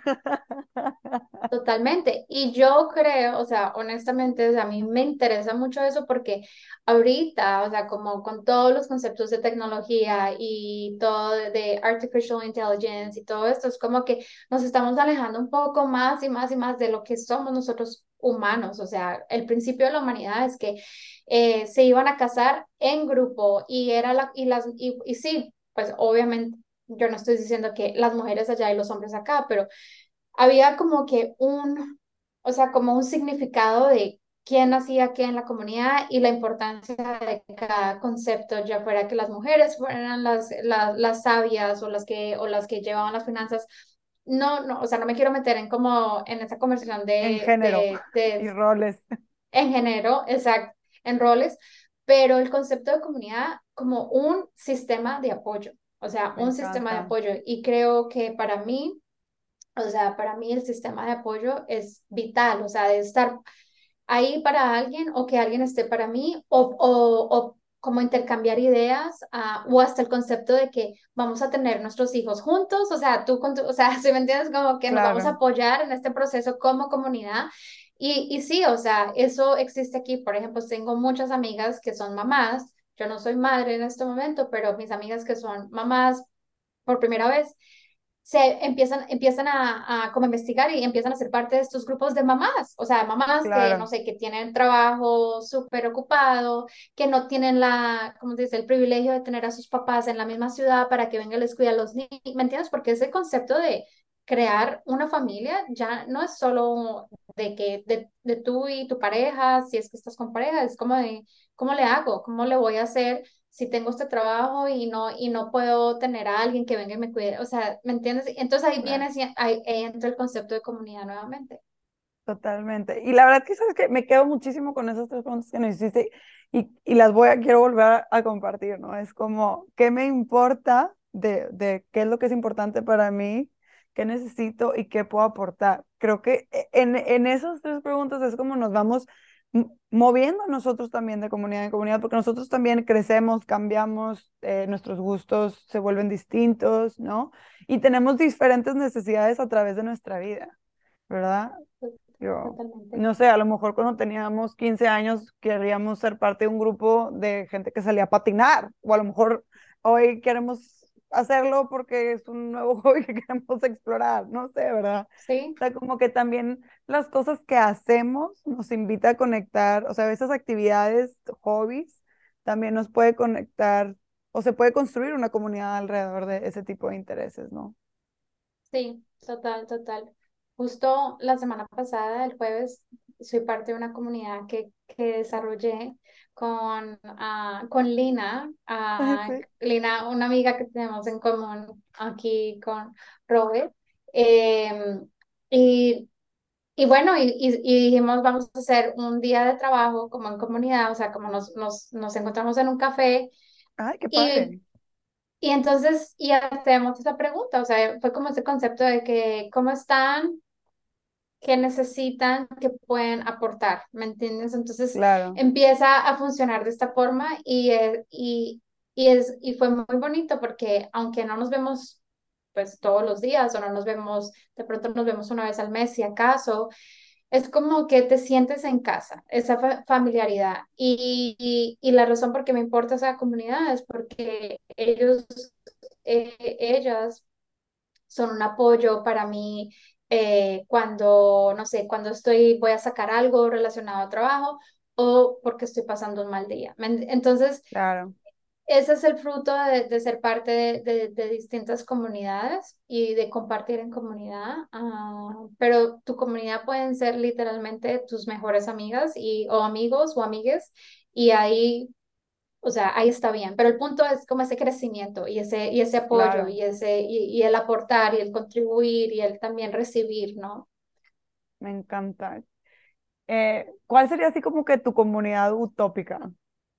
Totalmente. Y yo creo, o sea, honestamente, o sea, a mí me interesa mucho eso porque ahorita, o sea, como con todos los conceptos de tecnología y todo de, de artificial intelligence y todo esto, es como que nos estamos alejando un poco más y más y más de lo que somos nosotros humanos. O sea, el principio de la humanidad es que eh, se iban a casar en grupo y era la, y las, y, y sí, pues obviamente, yo no estoy diciendo que las mujeres allá y los hombres acá, pero había como que un, o sea, como un significado de quién hacía qué en la comunidad y la importancia de cada concepto, ya fuera que las mujeres fueran las, las, las sabias o las que, o las que llevaban las finanzas. No, no, o sea, no me quiero meter en como en esa conversación En de, género de, de y roles. en género, exacto, en roles, pero el concepto de comunidad como un sistema de apoyo, o sea, Me un sistema de encanta. apoyo. Y creo que para mí, o sea, para mí el sistema de apoyo es vital, o sea, de estar ahí para alguien o que alguien esté para mí o, o, o como intercambiar ideas ah, o hasta el concepto de que vamos a tener nuestros hijos juntos, o sea, tú con tu, o sea, si me entiendes, como que nos vamos a Claro, apoyar en este proceso como comunidad. Y, y sí, o sea, eso existe aquí. Por ejemplo, tengo muchas amigas que son mamás. Yo no soy madre en este momento, pero mis amigas que son mamás por primera vez se empiezan, empiezan a, a como investigar y empiezan a ser parte de estos grupos de mamás, o sea, mamás que, no claro, sé, que tienen trabajo súper ocupado, que no tienen la, ¿cómo se dice?, el privilegio de tener a sus papás en la misma ciudad para que vengan y les cuide a los niños, ¿me entiendes? Porque ese concepto de crear una familia ya no es solo de que de, de tú y tu pareja, si es que estás con pareja, es como de, ¿cómo le hago? ¿Cómo le voy a hacer si tengo este trabajo y no, y no puedo tener a alguien que venga y me cuide? O sea, ¿me entiendes? Entonces ahí claro. viene, si- ahí, ahí entra el concepto de comunidad nuevamente. Totalmente. Y la verdad que sabes que me quedo muchísimo con esas tres preguntas que nos hiciste y, y las voy a, quiero volver a, a compartir, ¿no? Es como, ¿qué me importa de, de qué es lo que es importante para mí, qué necesito y qué puedo aportar? Creo que e- en, en esas tres preguntas es como nos vamos m- moviendo nosotros también de comunidad en comunidad, porque nosotros también crecemos, cambiamos, eh, nuestros gustos se vuelven distintos, ¿no? Y tenemos diferentes necesidades a través de nuestra vida, ¿verdad? Yo, Totalmente. no sé, a lo mejor cuando teníamos quince años queríamos ser parte de un grupo de gente que salía a patinar, o a lo mejor hoy queremos hacerlo porque es un nuevo hobby que queremos explorar, no sé, ¿verdad? O Sí, sea, como que también las cosas que hacemos nos invita a conectar, o sea, esas actividades, hobbies, también nos puede conectar o se puede construir una comunidad alrededor de ese tipo de intereses, ¿no? sí, total, total. Justo la semana pasada, el jueves, soy parte de una comunidad que, que desarrollé con, ah, con Lina, ah, Sí. Lina, una amiga que tenemos en común aquí con Robert. Em, y Y bueno, y, y- y dijimos, vamos a hacer un día de trabajo como en comunidad, o sea, como nos, nos, nos encontramos en un café Ay, qué y, padre. y entonces, y hacemos esa pregunta, o sea, fue como ese concepto de que, ¿cómo están? ¿Qué necesitan? ¿Qué pueden aportar? ¿Me entiendes? Entonces Claro, empieza a funcionar de esta forma y, eh, y, y, es, y fue muy bonito porque aunque no nos vemos pues todos los días o no nos vemos, de pronto nos vemos una vez al mes si acaso, es como que te sientes en casa, esa fa- familiaridad. Y, y, y la razón por qué me importa esa comunidad es porque ellos, eh, ellas son un apoyo para mí eh, cuando, no sé, cuando estoy, voy a sacar algo relacionado a trabajo o porque estoy pasando un mal día. ¿Me ent- Entonces, claro. ese es el fruto de, de ser parte de, de- de distintas comunidades y de compartir en comunidad. Ah, pero tu comunidad pueden ser literalmente tus mejores amigas y, o amigos o amigues y ahí, o sea, ahí está bien. Pero el punto es como ese crecimiento y ese, y ese apoyo Claro, y, ese, y, y el aportar y el contribuir y el también recibir, ¿no? me encanta. Eh, ¿cuál sería así como que tu comunidad utópica?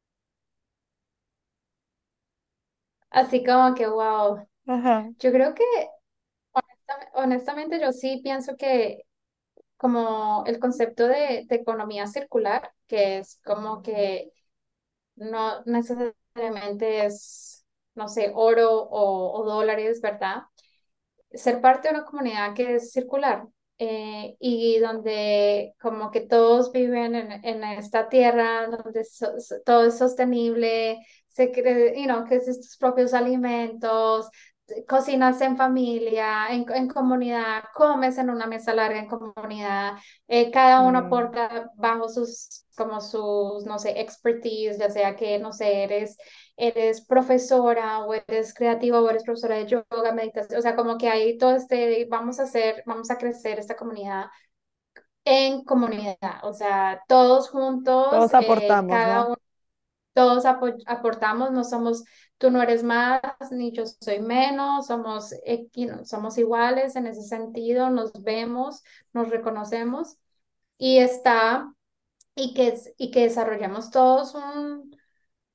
Así como que, wow, Ajá, yo creo que honesta- honestamente yo sí pienso que como el concepto de, de economía circular, que es como que no necesariamente es, no sé, oro o, o dólares, ¿verdad? Ser parte de una comunidad que es circular eh, y donde como que todos viven en, en esta tierra, donde so- so- todo es sostenible, se cree, you know, que es tus propios alimentos, cocinas en familia, en, en comunidad, comes en una mesa larga en comunidad, eh, cada uno mm, aporta bajo sus, como sus, no sé, expertise, ya sea que, no sé, eres eres profesora o eres creativa o eres profesora de yoga, meditación, o sea, como que ahí todo este, vamos a hacer, vamos a crecer esta comunidad en comunidad, o sea, todos juntos, todos eh, aportamos, cada ¿no? uno, todos apo- aportamos, no somos, tú no eres más, ni yo soy menos, somos, equi- no, somos iguales en ese sentido, nos vemos, nos reconocemos y está, y que, y que desarrollemos todos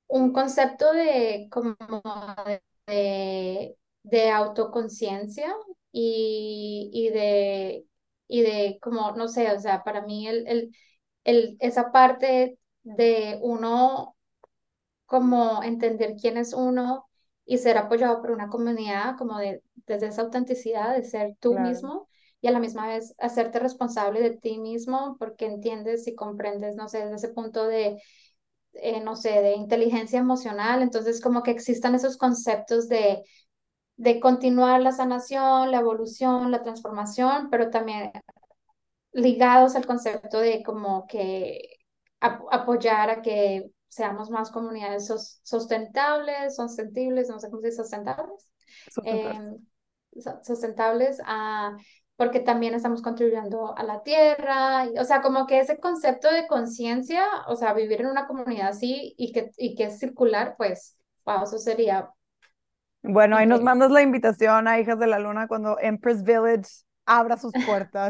un concepto de como de, de autoconciencia y, y de y de como, no sé, o sea, para mí el, el, el, esa parte de uno como entender quién es uno y ser apoyado por una comunidad, como de, desde esa autenticidad de ser tú Claro. mismo y a la misma vez hacerte responsable de ti mismo porque entiendes y comprendes, no sé, desde ese punto de, eh, no sé, de inteligencia emocional, entonces como que existan esos conceptos de, de continuar la sanación, la evolución, la transformación, pero también ligados al concepto de como que ap- apoyar a que seamos más comunidades sos- sustentables, sostenibles, no sé cómo se dice, sustentables, Sustentables. eh, so- sustentables, ah, porque también estamos contribuyendo a la tierra, y, o sea, como que ese concepto de conciencia, o sea, vivir en una comunidad así y que, y que es circular, pues, wow, eso sería Bueno, ahí nos increíble. mandas la invitación a Hijas de la Luna cuando Empress Village abra sus puertas.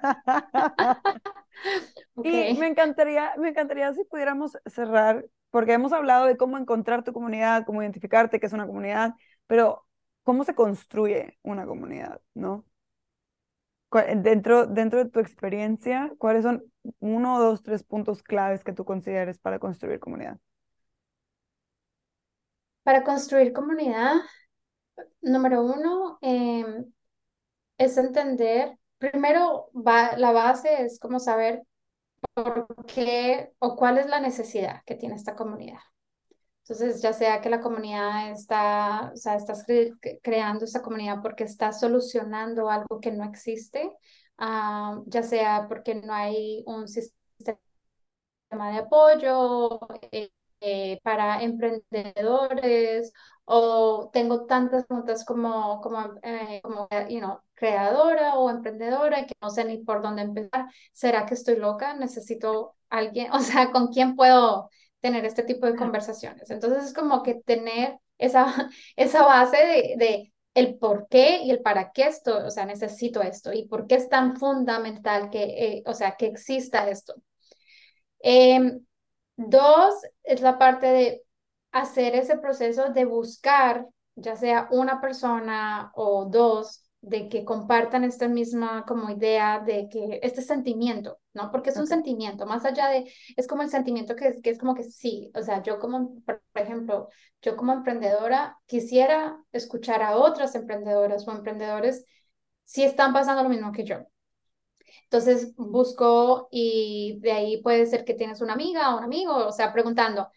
Ok. Y me encantaría, me encantaría si pudiéramos cerrar, porque hemos hablado de cómo encontrar tu comunidad, cómo identificarte que es una comunidad, pero cómo se construye una comunidad, ¿no? Cu- Dentro, dentro de tu experiencia, ¿cuáles son uno, dos, tres puntos claves que tú consideres para construir comunidad? Para construir comunidad, número uno, em, es entender, primero va, la base es como saber por qué o cuál es la necesidad que tiene esta comunidad. Entonces, ya sea que la comunidad está, o sea, estás cre- cre- creando esta comunidad porque está solucionando algo que no existe, ah, ya sea porque no hay un sistema de apoyo eh, eh, para emprendedores o tengo tantas preguntas como, como, eh, como you know, creadora o emprendedora que no sé ni por dónde empezar. ¿Será que estoy loca? Necesito alguien, o sea, ¿con quién puedo tener este tipo de conversaciones? Entonces es como que tener esa, esa base de, de el por qué y el para qué esto, o sea, necesito esto y por qué es tan fundamental que, eh, o sea, que exista esto. Em, Dos, es la parte de hacer ese proceso de buscar, ya sea una persona o dos, de que compartan esta misma como idea de que este sentimiento, ¿no? Porque es un Ok. sentimiento, más allá de, es como el sentimiento que es, que es como que sí, o sea, yo como, por ejemplo, yo como emprendedora quisiera escuchar a otras emprendedoras o emprendedores si están pasando lo mismo que yo. Entonces busco y de ahí puede ser que tienes una amiga o un amigo, o sea, preguntando.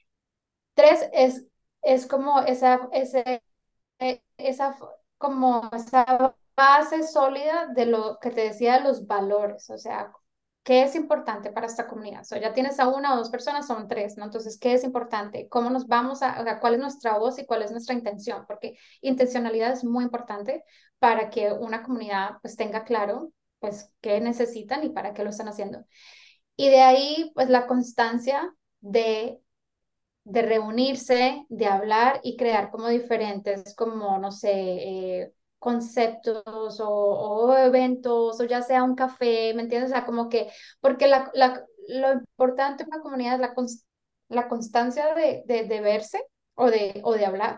Tres es, es como esa, ese, eh, esa, como esa base sólida de lo que te decía de los valores, o sea, ¿qué es importante para esta comunidad? O sea, ya tienes a una o dos personas, son tres, ¿no? Entonces, ¿qué es importante? ¿Cómo nos vamos a, o sea, cuál es nuestra voz y cuál es nuestra intención? Porque intencionalidad es muy importante para que una comunidad pues tenga claro pues qué necesitan y para qué lo están haciendo. Y de ahí pues la constancia de de reunirse, de hablar y crear como diferentes, como, no sé, eh, conceptos o, o eventos, o ya sea un café, ¿me entiendes? O sea, como que, porque la, la, lo importante en una comunidad es la, cons- la constancia de, de, de verse o de, o de hablar.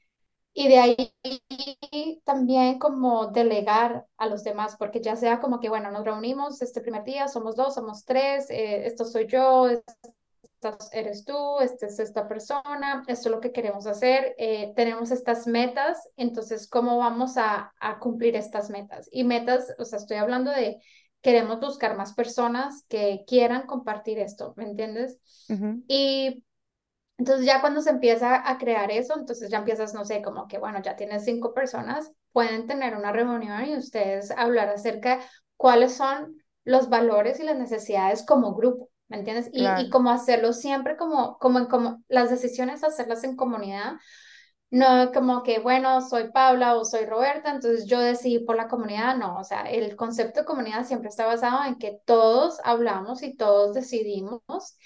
Y de ahí también como delegar a los demás, porque ya sea como que, bueno, nos reunimos este primer día, somos dos, somos tres, eh, esto soy yo, esta eres tú, esta es esta persona, esto es lo que queremos hacer, eh, tenemos estas metas, entonces, ¿cómo vamos a, a cumplir estas metas? Y metas, o sea, estoy hablando de, queremos buscar más personas que quieran compartir esto, ¿me entiendes? Ujú. Y entonces ya cuando se empieza a crear eso, entonces ya empiezas, no sé, como que, bueno, ya tienes cinco personas, pueden tener una reunión y ustedes hablar acerca de cuáles son los valores y las necesidades como grupo, ¿me entiendes? Y, y Claro. cómo hacerlo siempre como, como en como las decisiones hacerlas en comunidad, no como que, bueno, soy Paula o soy Roberta, entonces yo decidí por la comunidad, no, o sea, el concepto de comunidad siempre está basado en que todos hablamos y todos decidimos,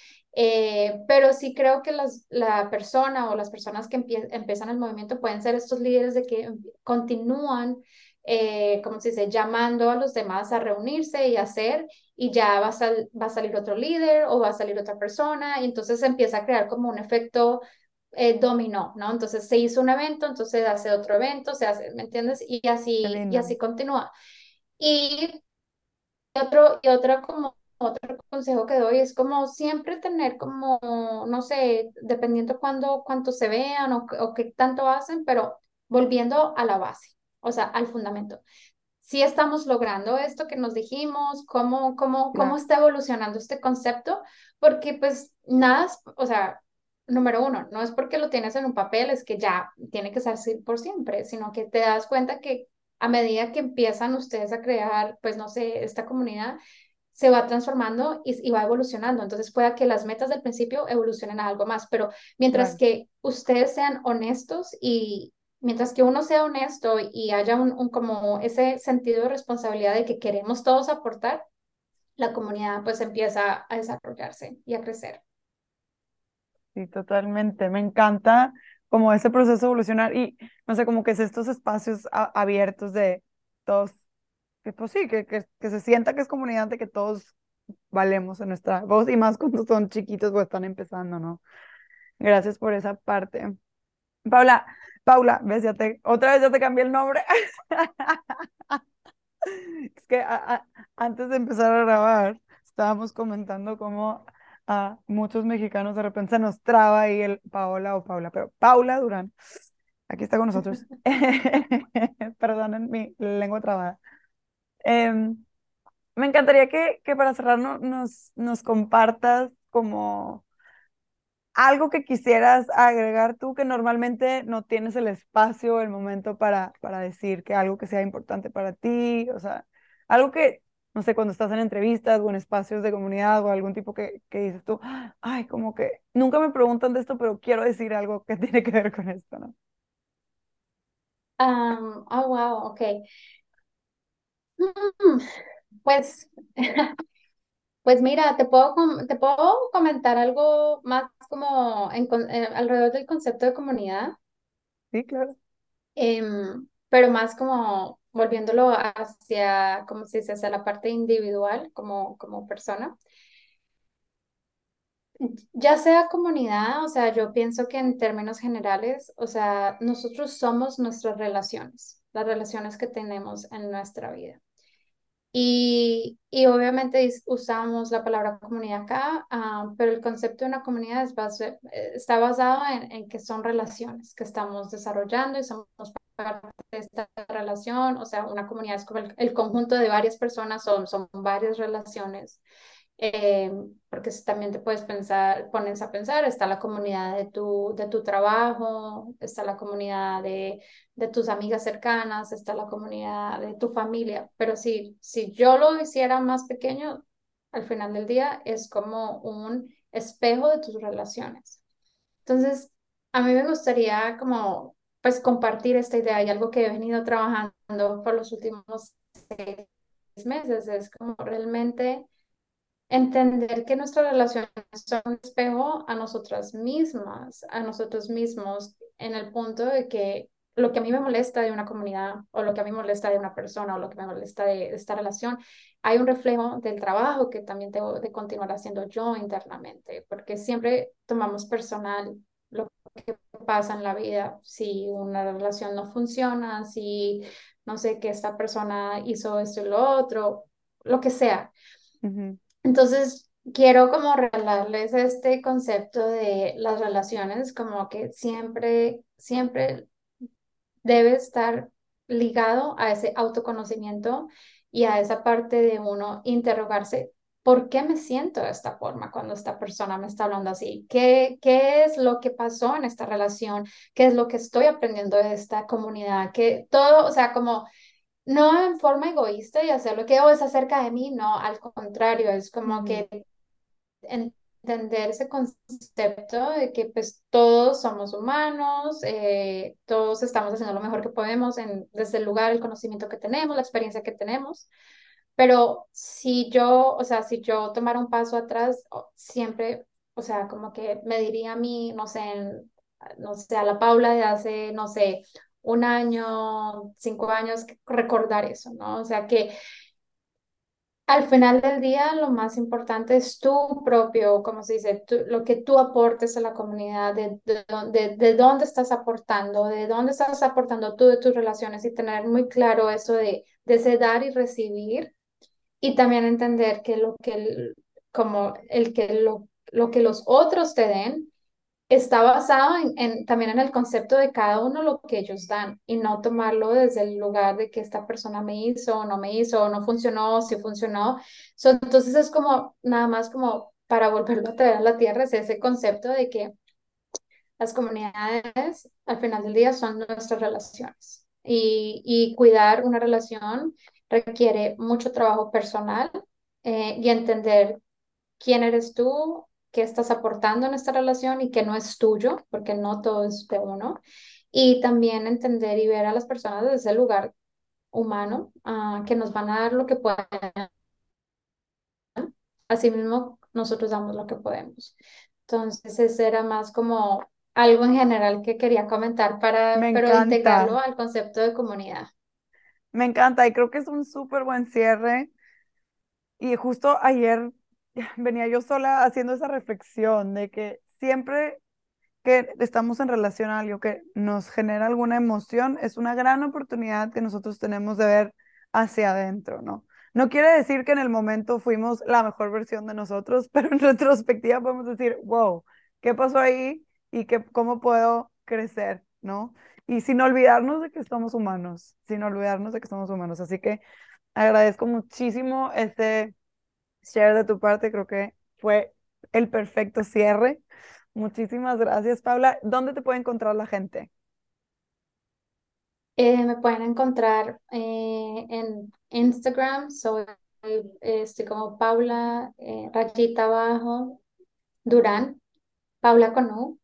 eh, pero sí creo que las, la persona o las personas que empie- empiezan el movimiento pueden ser estos líderes de que continúan, eh, como se dice, llamando a los demás a reunirse y hacer, y ya va a, sal- va a salir otro líder o va a salir otra persona, y entonces se empieza a crear como un efecto eh, dominó, ¿no? Entonces se hizo un evento, entonces hace otro evento, se hace, ¿me entiendes? Y Qué así, y lindo. así continúa. Y otro, y otro como otro consejo que doy es como siempre tener como, no sé, dependiendo cuándo, cuánto se vean o, o qué tanto hacen, pero volviendo a la base, o sea, al fundamento. Si estamos logrando esto que nos dijimos, cómo, cómo, cómo Claro, está evolucionando este concepto, porque pues nada, es- o sea, número uno, no es porque lo tienes en un papel, es que ya tiene que ser así por siempre, sino que te das cuenta que a medida que empiezan ustedes a crear, pues no sé, esta comunidad, se va transformando y, y va evolucionando. Entonces pueda que las metas del principio evolucionen a algo más, pero mientras claro. que ustedes sean honestos y mientras que uno sea honesto y haya un, un como ese sentido de responsabilidad de que queremos todos aportar, la comunidad pues empieza a desarrollarse y a crecer. Sí, totalmente. Me encanta como ese proceso de evolucionar y no sé, como que es estos espacios a- abiertos de todos, que pues sí, que, que, que se sienta que es comunidad, de que todos valemos en nuestra voz y más cuando son chiquitos o están empezando, ¿no? Gracias por esa parte. Paula, Paula, ves, ya te, otra vez ya te cambié el nombre. Es que a- a- antes de empezar a grabar, estábamos comentando cómo a muchos mexicanos de repente se nos traba ahí el Paola o Paula, pero Paula Durán, aquí está con nosotros. Perdonen mi lengua trabada. Em, Me encantaría que, que para cerrar no- nos, nos compartas como algo que quisieras agregar tú, que normalmente no tienes el espacio, el momento para, para decir que algo que sea importante para ti, o sea, algo que, no sé, cuando estás en entrevistas o en espacios de comunidad o algún tipo que, que dices tú, ay, como que nunca me preguntan de esto, pero quiero decir algo que tiene que ver con esto, ¿no? Um, oh, wow, ok. Mm, pues, pues mira, te puedo, com- te puedo comentar algo más como en con- eh, alrededor del concepto de comunidad. Sí, claro. Em, pero más como volviéndolo hacia, como se dice, hacia la parte individual como, como persona. Ya sea comunidad, o sea, yo pienso que en términos generales, o sea, nosotros somos nuestras relaciones, las relaciones que tenemos en nuestra vida. Y, y obviamente is- usamos la palabra comunidad acá, ah, pero el concepto de una comunidad es base- eh, está basado en, en que son relaciones que estamos desarrollando y somos parte de esta relación. O sea, una comunidad es como el, el conjunto de varias personas, son, son varias relaciones. Eh, Porque si también te puedes pensar, pones a pensar, está la comunidad de tu, de tu trabajo, está la comunidad de de tus amigas cercanas, está la comunidad de tu familia, pero si, si yo lo hiciera más pequeño, al final del día es como un espejo de tus relaciones. Entonces, a mí me gustaría como pues compartir esta idea y algo que he venido trabajando por los últimos seis meses, es como realmente entender que nuestras relaciones son un espejo a nosotras mismas, a nosotros mismos, en el punto de que lo que a mí me molesta de una comunidad o lo que a mí me molesta de una persona o lo que me molesta de, de esta relación, hay un reflejo del trabajo que también tengo de continuar haciendo yo internamente, porque siempre tomamos personal lo que pasa en la vida, si una relación no funciona, si no sé que esta persona hizo esto y lo otro, lo que sea. Ujú, Entonces, quiero como regalarles este concepto de las relaciones, como que siempre, siempre debe estar ligado a ese autoconocimiento y a esa parte de uno interrogarse, ¿por qué me siento de esta forma cuando esta persona me está hablando así? ¿Qué, qué es lo que pasó en esta relación? ¿Qué es lo que estoy aprendiendo de esta comunidad? Que todo, o sea, como no en forma egoísta y hacer lo que oh, es acerca de mí, no, al contrario, es como ujú, que entender ese concepto de que pues todos somos humanos, eh, todos estamos haciendo lo mejor que podemos en, desde el lugar, el conocimiento que tenemos, la experiencia que tenemos, pero si yo, o sea, si yo tomara un paso atrás, o- siempre, o sea, como que me diría a mí, no sé, en- no sé, a la Paula de hace, no sé, un año, cinco años, recordar eso, ¿no? O sea, que Al final del día, lo más importante es tu propio, como se dice, tú- lo que tú aportes a la comunidad, de, de, dónde- de dónde estás aportando, de dónde estás aportando tú de tus relaciones y tener muy claro eso de, de ese dar y recibir y también entender que lo que, el- como el que lo, lo que los otros te den está basado en, en- también en el concepto de cada uno lo que ellos dan y no tomarlo desde el lugar de que esta persona me hizo o no me hizo o no funcionó, si funcionó. So, entonces es como nada más como para volverlo a traer a la tierra, es ese concepto de que las comunidades al final del día son nuestras relaciones y, y cuidar una relación requiere mucho trabajo personal eh, y entender quién eres tú, qué estás aportando en esta relación y qué no es tuyo, porque no todo es de uno. Y también entender y ver a las personas desde el lugar humano, ah, que nos van a dar lo que pueden. Asimismo, nosotros damos lo que podemos. Entonces, ese era más como algo en general que quería comentar Me para, pero integrarlo encanta, al concepto de comunidad. me encanta y creo que es un súper buen cierre. Y justo ayer venía yo sola haciendo esa reflexión de que siempre que estamos en relación a algo que nos genera alguna emoción, es una gran oportunidad que nosotros tenemos de ver hacia adentro, ¿no? No quiere decir que en el momento fuimos la mejor versión de nosotros, pero en retrospectiva podemos decir, wow, ¿qué pasó ahí? Y qué, cómo puedo crecer, ¿no? Y sin olvidarnos de que somos humanos, sin olvidarnos de que somos humanos. Así que agradezco muchísimo este share de tu parte, creo que fue el perfecto cierre. Muchísimas gracias, Paula. ¿Dónde te puede encontrar la gente? Eh, me pueden encontrar eh, en Instagram, soy, eh, estoy como Paula, eh, rayita abajo, Durán, Paula con U.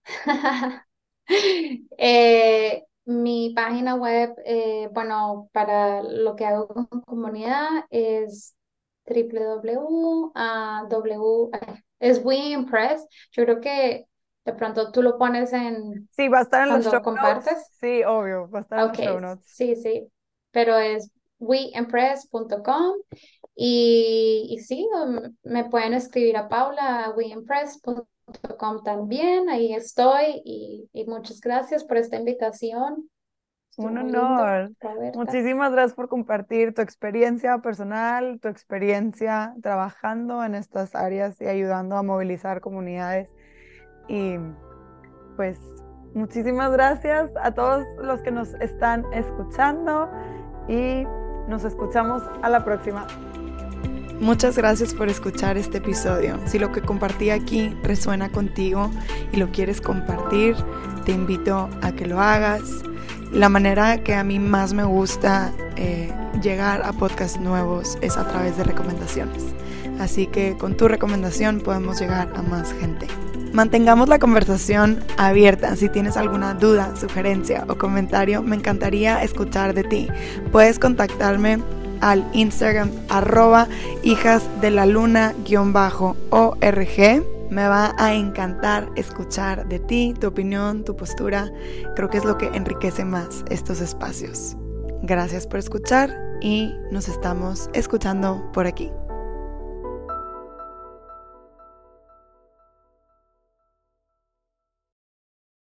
Eh, mi página web, eh, bueno, para lo que hago con comunidad es www, ah, w, ay, es We Impress. Yo creo que de pronto tú lo pones en Sí, va a estar en los show cuando notes. compartes. Sí, obvio, va a estar en Ok, los show notes. sí, sí, pero es we impress punto com y, y sí, um, me pueden escribir a Paula a we impress punto com también, ahí estoy y, y muchas gracias por esta invitación, estuvo Un muy lindo, honor. Roberta. Muchísimas gracias por compartir tu experiencia personal, tu experiencia trabajando en estas áreas y ayudando a movilizar comunidades. Y pues muchísimas gracias a todos los que nos están escuchando y nos escuchamos a la próxima. Muchas gracias por escuchar este episodio. Si lo que compartí aquí resuena contigo y lo quieres compartir, te invito a que lo hagas. La manera que a mí más me gusta eh, llegar a podcasts nuevos es a través de recomendaciones. Así que con tu recomendación podemos llegar a más gente. Mantengamos la conversación abierta. Si tienes alguna duda, sugerencia o comentario, me encantaría escuchar de ti. Puedes contactarme al Instagram arroba hijas de la luna guión bajo org. Me va a encantar escuchar de ti, tu opinión, tu postura. Creo que es lo que enriquece más estos espacios. Gracias por escuchar y nos estamos escuchando por aquí.